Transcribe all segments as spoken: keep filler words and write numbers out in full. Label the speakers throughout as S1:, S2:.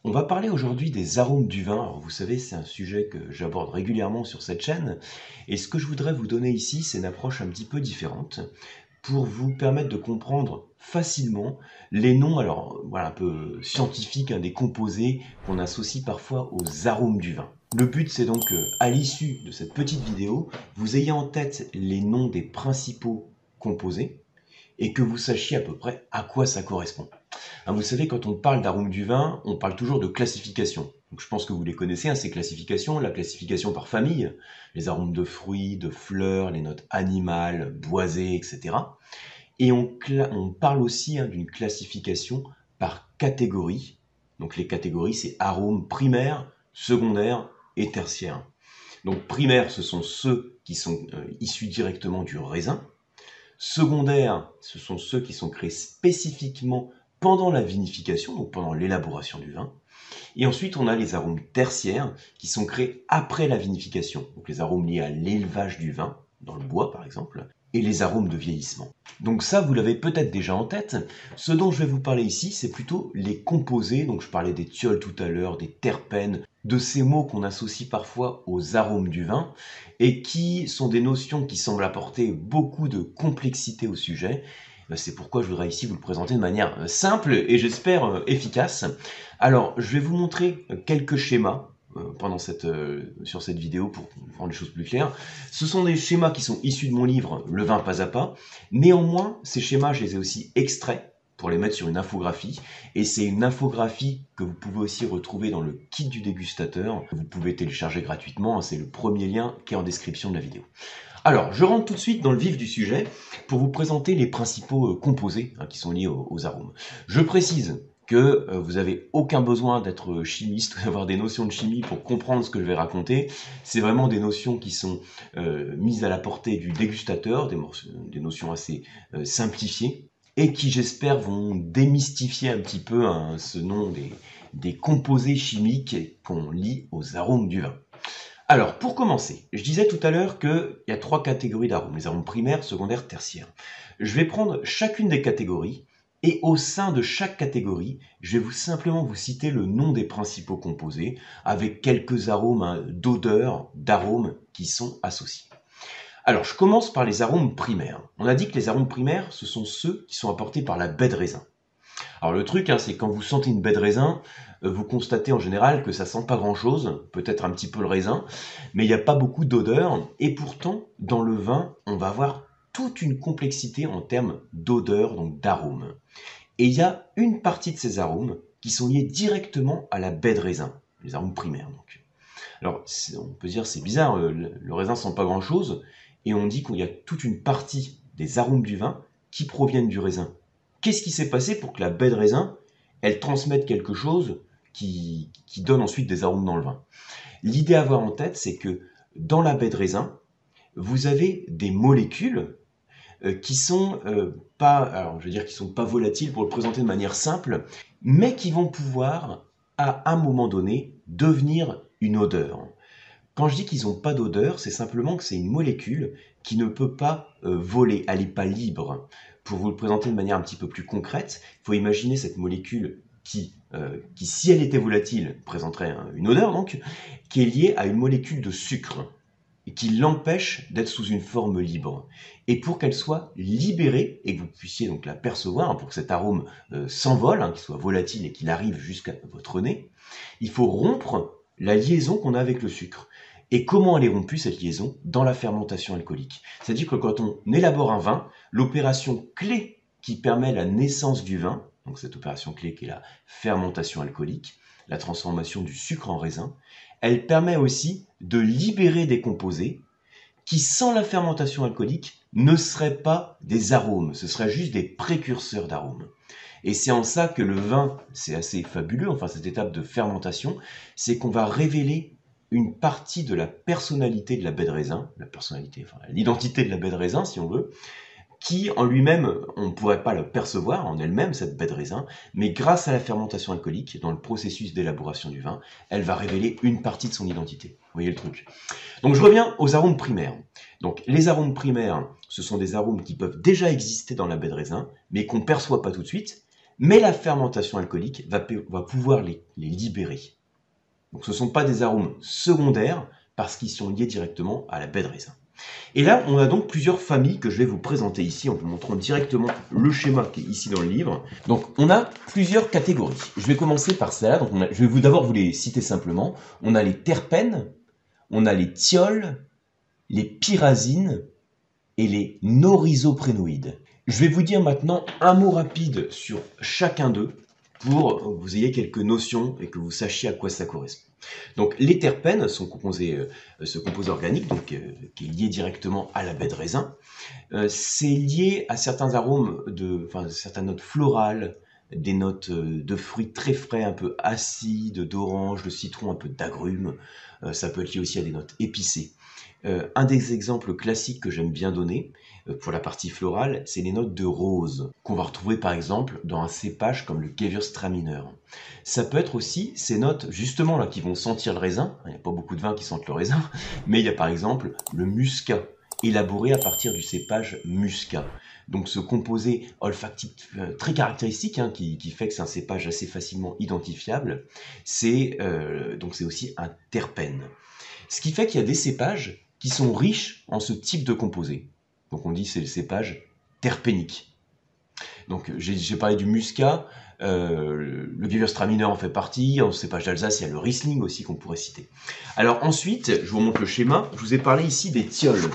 S1: On va parler aujourd'hui des arômes du vin. Alors, vous savez, c'est un sujet que j'aborde régulièrement sur cette chaîne. Et ce que je voudrais vous donner ici, c'est une approche un petit peu différente pour vous permettre de comprendre facilement les noms, alors voilà, un peu scientifiques, hein, des composés qu'on associe parfois aux arômes du vin. Le but, c'est donc euh, à l'issue de cette petite vidéo, vous ayez en tête les noms des principaux composés et que vous sachiez à peu près à quoi ça correspond. Hein, vous savez, quand on parle d'arômes du vin, on parle toujours de classification. Donc, je pense que vous les connaissez, hein, ces classifications. La classification par famille, les arômes de fruits, de fleurs, les notes animales, boisées, et cetera. Et on, on parle aussi, hein, d'une classification par catégorie. Donc les catégories, c'est arômes primaires, secondaires et tertiaires. Donc primaires, ce sont ceux qui sont euh, issus directement du raisin. Secondaires, ce sont ceux qui sont créés spécifiquement pendant la vinification, donc pendant l'élaboration du vin. Et ensuite, on a les arômes tertiaires qui sont créés après la vinification, donc les arômes liés à l'élevage du vin, dans le bois par exemple, et les arômes de vieillissement. Donc ça, vous l'avez peut-être déjà en tête. Ce dont je vais vous parler ici, c'est plutôt les composés. Donc je parlais des thiols tout à l'heure, des terpènes, de ces mots qu'on associe parfois aux arômes du vin et qui sont des notions qui semblent apporter beaucoup de complexité au sujet. C'est pourquoi je voudrais ici vous le présenter de manière simple et j'espère efficace. Alors, je vais vous montrer quelques schémas pendant cette, euh, sur cette vidéo pour rendre les choses plus claires. Ce sont des schémas qui sont issus de mon livre Le vin pas à pas. Néanmoins, ces schémas, je les ai aussi extraits pour les mettre sur une infographie. Et c'est une infographie que vous pouvez aussi retrouver dans le kit du dégustateur. Vous pouvez télécharger gratuitement, c'est le premier lien qui est en description de la vidéo. Alors, je rentre tout de suite dans le vif du sujet pour vous présenter les principaux composés, hein, qui sont liés aux, aux arômes. Je précise que euh, vous n'avez aucun besoin d'être chimiste ou d'avoir des notions de chimie pour comprendre ce que je vais raconter. C'est vraiment des notions qui sont euh, mises à la portée du dégustateur, des, des notions assez euh, simplifiées, et qui, j'espère, vont démystifier un petit peu, hein, ce nom des, des composés chimiques qu'on lie aux arômes du vin. Alors, pour commencer, je disais tout à l'heure qu'il y a trois catégories d'arômes, les arômes primaires, secondaires, tertiaires. Je vais prendre chacune des catégories, et au sein de chaque catégorie, je vais vous simplement vous citer le nom des principaux composés, avec quelques arômes, hein, d'odeurs, d'arômes qui sont associés. Alors, je commence par les arômes primaires. On a dit que les arômes primaires, ce sont ceux qui sont apportés par la baie de raisin. Alors le truc, hein, c'est quand vous sentez une baie de raisin, euh, vous constatez en général que ça sent pas grand-chose, peut-être un petit peu le raisin, mais il n'y a pas beaucoup d'odeur. Et pourtant, dans le vin, on va avoir toute une complexité en termes d'odeur, donc d'arômes. Et il y a une partie de ces arômes qui sont liés directement à la baie de raisin, les arômes primaires donc. Alors on peut dire c'est bizarre, le, le raisin sent pas grand-chose, et on dit qu'il y a toute une partie des arômes du vin qui proviennent du raisin. Qu'est-ce qui s'est passé pour que la baie de raisin, elle transmette quelque chose qui, qui donne ensuite des arômes dans le vin? L'idée à avoir en tête, c'est que dans la baie de raisin, vous avez des molécules euh, qui sont euh, pas, alors je veux dire qui sont pas volatiles pour le présenter de manière simple, mais qui vont pouvoir, à un moment donné, devenir une odeur. Quand je dis qu'ils n'ont pas d'odeur, c'est simplement que c'est une molécule qui ne peut pas euh, voler, elle n'est pas libre. Pour vous le présenter de manière un petit peu plus concrète, il faut imaginer cette molécule qui, euh, qui si elle était volatile, présenterait hein, une odeur, donc, qui est liée à une molécule de sucre, et qui l'empêche d'être sous une forme libre. Et pour qu'elle soit libérée, et que vous puissiez donc la percevoir, hein, pour que cet arôme euh, s'envole, hein, qu'il soit volatile et qu'il arrive jusqu'à votre nez, il faut rompre la liaison qu'on a avec le sucre. Et comment elle est rompue, cette liaison? Dans la fermentation alcoolique. C'est-à-dire que quand on élabore un vin, l'opération clé qui permet la naissance du vin, donc cette opération clé qui est la fermentation alcoolique, la transformation du sucre en raisin, elle permet aussi de libérer des composés qui, sans la fermentation alcoolique, ne seraient pas des arômes, ce seraient juste des précurseurs d'arômes. Et c'est en ça que le vin, c'est assez fabuleux, enfin cette étape de fermentation, c'est qu'on va révéler une partie de la personnalité de la baie de raisin, la personnalité, enfin l'identité de la baie de raisin si on veut, qui en lui-même, on ne pourrait pas le percevoir en elle-même, cette baie de raisin, mais grâce à la fermentation alcoolique, dans le processus d'élaboration du vin, elle va révéler une partie de son identité. Vous voyez le truc. Donc je reviens aux arômes primaires. Donc les arômes primaires, ce sont des arômes qui peuvent déjà exister dans la baie de raisin, mais qu'on ne perçoit pas tout de suite, mais la fermentation alcoolique va, va pouvoir les, les libérer. Donc ce ne sont pas des arômes secondaires parce qu'ils sont liés directement à la baie de raisin. Et là, on a donc plusieurs familles que je vais vous présenter ici en vous montrant directement le schéma qui est ici dans le livre. Donc on a plusieurs catégories. Je vais commencer par celle-là. Donc on a, je vais vous d'abord vous les citer simplement. On a les terpènes, on a les thiols, les pyrazines et les norisoprénoïdes. Je vais vous dire maintenant un mot rapide sur chacun d'eux pour que vous ayez quelques notions et que vous sachiez à quoi ça correspond. Donc les terpènes sont composés, euh, ce composé organique donc, euh, qui est lié directement à la baie de raisin. Euh, c'est lié à certains arômes, de, enfin certaines notes florales, des notes de fruits très frais, un peu acides, d'orange, de citron, un peu d'agrumes. Euh, ça peut être lié aussi à des notes épicées. Euh, un des exemples classiques que j'aime bien donner euh, pour la partie florale, c'est les notes de rose, qu'on va retrouver par exemple dans un cépage comme le Gewürztraminer. Ça peut être aussi ces notes justement là qui vont sentir le raisin, il n'y a pas beaucoup de vins qui sentent le raisin, mais il y a par exemple le muscat, élaboré à partir du cépage muscat. Donc ce composé olfactif euh, très caractéristique, hein, qui, qui fait que c'est un cépage assez facilement identifiable, c'est euh, donc c'est aussi un terpène. Ce qui fait qu'il y a des cépages qui sont riches en ce type de composé. Donc on dit c'est le cépage terpénique. Donc j'ai parlé du muscat, euh, le Gewürztraminer en fait partie, en cépage d'Alsace il y a le Riesling aussi qu'on pourrait citer. Alors ensuite, je vous montre le schéma, je vous ai parlé ici des thiols.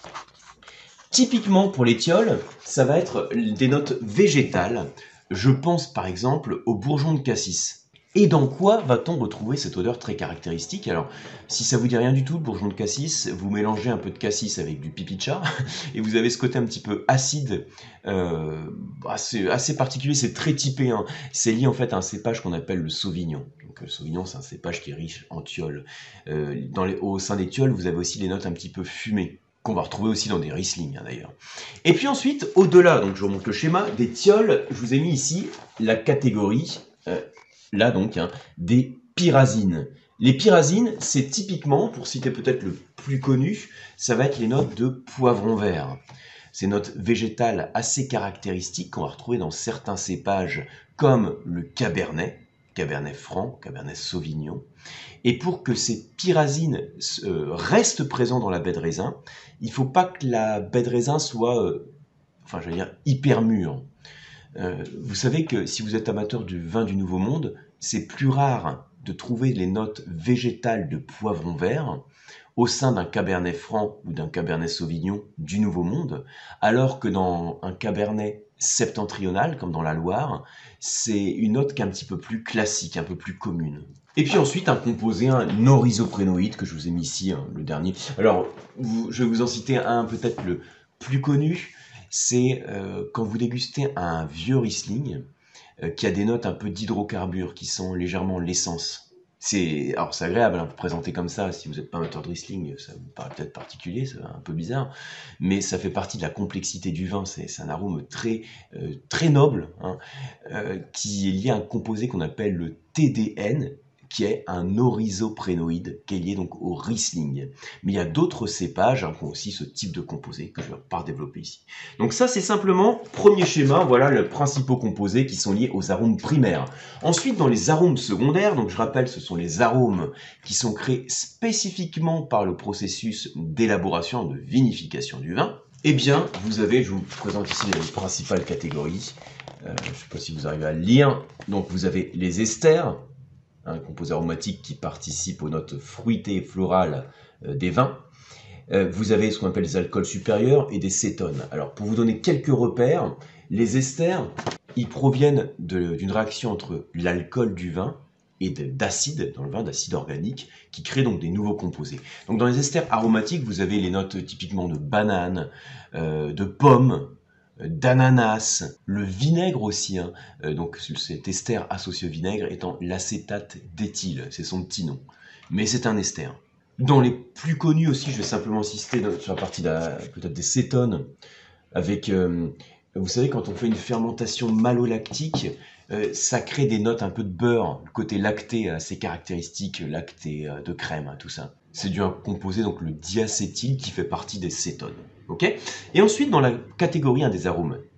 S1: Typiquement pour les thiols, ça va être des notes végétales. Je pense par exemple au bourgeon de cassis. Et dans quoi va-t-on retrouver cette odeur très caractéristique? Alors, si ça vous dit rien du tout, le bourgeon de cassis, vous mélangez un peu de cassis avec du pipi de chat, et vous avez ce côté un petit peu acide, euh, assez, assez particulier, c'est très typé, hein. C'est lié en fait à un cépage qu'on appelle le sauvignon. Donc le sauvignon, c'est un cépage qui est riche en thiols. Euh, dans les, au sein des thiols, vous avez aussi des notes un petit peu fumées, qu'on va retrouver aussi dans des Riesling, hein, d'ailleurs. Et puis ensuite, au-delà, donc je vous remonte le schéma, des thiols, je vous ai mis ici la catégorie... Euh, là donc, hein, des pyrazines. Les pyrazines, c'est typiquement, pour citer peut-être le plus connu, ça va être les notes de poivron vert. Ces notes végétales assez caractéristiques qu'on va retrouver dans certains cépages comme le cabernet, cabernet franc, cabernet sauvignon. Et pour que ces pyrazines euh, restent présents dans la baie de raisin, il ne faut pas que la baie de raisin soit, euh, enfin je veux dire, hyper mûre. Euh, vous savez que si vous êtes amateur du vin du Nouveau Monde, c'est plus rare de trouver les notes végétales de poivron vert au sein d'un cabernet franc ou d'un cabernet sauvignon du Nouveau Monde, alors que dans un cabernet septentrional, comme dans la Loire, c'est une note qui est un petit peu plus classique, un peu plus commune. Et puis ensuite, un composé, un norisoprénoïde, que je vous ai mis ici, hein, le dernier. Alors, vous, je vais vous en citer un peut-être le plus connu, c'est euh, quand vous dégustez un vieux Riesling euh, qui a des notes un peu d'hydrocarbures, qui sont légèrement l'essence. C'est, alors c'est agréable hein, présenter comme ça, si vous n'êtes pas amateur de Riesling, ça vous paraît peut-être particulier, c'est un peu bizarre, mais ça fait partie de la complexité du vin, c'est un arôme très, euh, très noble, hein, euh, qui est lié à un composé qu'on appelle le T D N, qui est un norisoprénoïde, qui est lié donc au Riesling. Mais il y a d'autres cépages hein, qui ont aussi ce type de composé que je ne vais pas développer ici. Donc ça, c'est simplement, premier schéma, voilà les principaux composés qui sont liés aux arômes primaires. Ensuite, dans les arômes secondaires, donc je rappelle, ce sont les arômes qui sont créés spécifiquement par le processus d'élaboration, de vinification du vin. Eh bien, vous avez, je vous présente ici les principales catégories. Euh, je ne sais pas si vous arrivez à le lire. Donc vous avez les esters, un composé aromatique qui participe aux notes fruitées et florales euh, des vins. Euh, vous avez ce qu'on appelle les alcools supérieurs et des cétones. Alors, pour vous donner quelques repères, les esters, ils proviennent d'une réaction entre l'alcool du vin et d'acide dans le vin, d'acide organique, qui crée donc des nouveaux composés. Donc, dans les esters aromatiques, vous avez les notes typiquement de banane, euh, de pomme, d'ananas, le vinaigre aussi, hein. euh, donc cet ester associé au vinaigre étant l'acétate d'éthyle, c'est son petit nom, mais c'est un ester. Dans les plus connus aussi, je vais simplement insister sur la partie peut-être des cétones, avec, euh, vous savez, quand on fait une fermentation malolactique, euh, ça crée des notes un peu de beurre, le côté lacté assez caractéristique, lacté euh, de crème, hein, tout ça. C'est dû à un composé, donc le diacétyl, qui fait partie des cétones. Okay, et ensuite, dans la catégorie hein, des arômes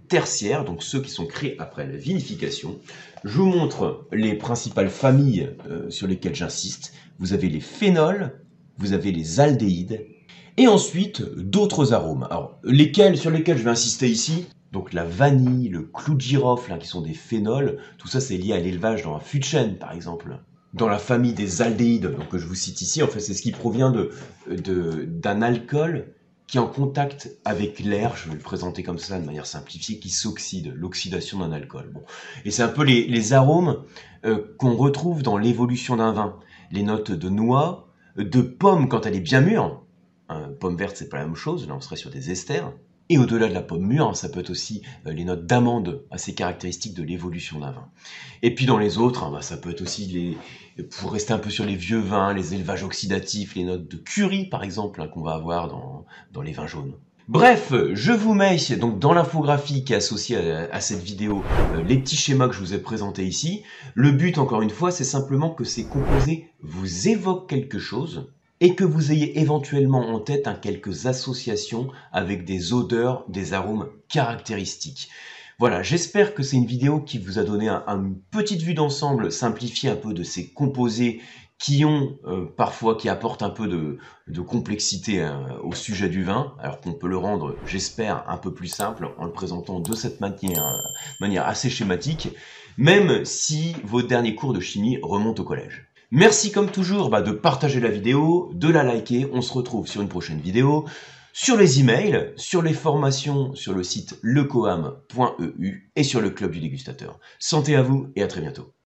S1: tertiaires, donc ceux qui sont créés après la vinification. Je vous montre les principales familles euh, sur lesquelles j'insiste. Vous avez les phénols, vous avez les aldéhydes, et ensuite d'autres arômes. Alors, lesquels, sur lesquels je vais insister ici, donc la vanille, le clou de girofle, hein, qui sont des phénols, tout ça c'est lié à l'élevage dans un fût de chêne par exemple. Dans la famille des aldéhydes, donc que je vous cite ici, en fait c'est ce qui provient de, de, d'un alcool qui est en contact avec l'air, je vais le présenter comme ça de manière simplifiée, qui s'oxyde, l'oxydation d'un alcool. Bon. Et c'est un peu les, les arômes euh, qu'on retrouve dans l'évolution d'un vin. Les notes de noix, de pomme quand elle est bien mûre, hein, pomme verte c'est pas la même chose, là on serait sur des esters, et au-delà de la pomme mûre, hein, ça peut être aussi euh, les notes d'amande, assez caractéristiques de l'évolution d'un vin. Et puis dans les autres, hein, bah, ça peut être aussi, les, pour rester un peu sur les vieux vins, les élevages oxydatifs, les notes de curry par exemple, hein, qu'on va avoir dans, dans les vins jaunes. Bref, je vous mets donc dans l'infographie qui est associée à, à cette vidéo euh, les petits schémas que je vous ai présentés ici. Le but, encore une fois, c'est simplement que ces composés vous évoquent quelque chose, et que vous ayez éventuellement en tête hein, quelques associations avec des odeurs, des arômes caractéristiques. Voilà, j'espère que c'est une vidéo qui vous a donné un, une petite vue d'ensemble simplifiée un peu de ces composés qui ont euh, parfois, qui apportent un peu de, de complexité hein, au sujet du vin, alors qu'on peut le rendre, j'espère, un peu plus simple en le présentant de cette manière, manière assez schématique, même si vos derniers cours de chimie remontent au collège. Merci comme toujours bah, de partager la vidéo, de la liker, on se retrouve sur une prochaine vidéo, sur les emails, sur les formations sur le site lecoam point e u et sur le club du dégustateur. Santé à vous et à très bientôt.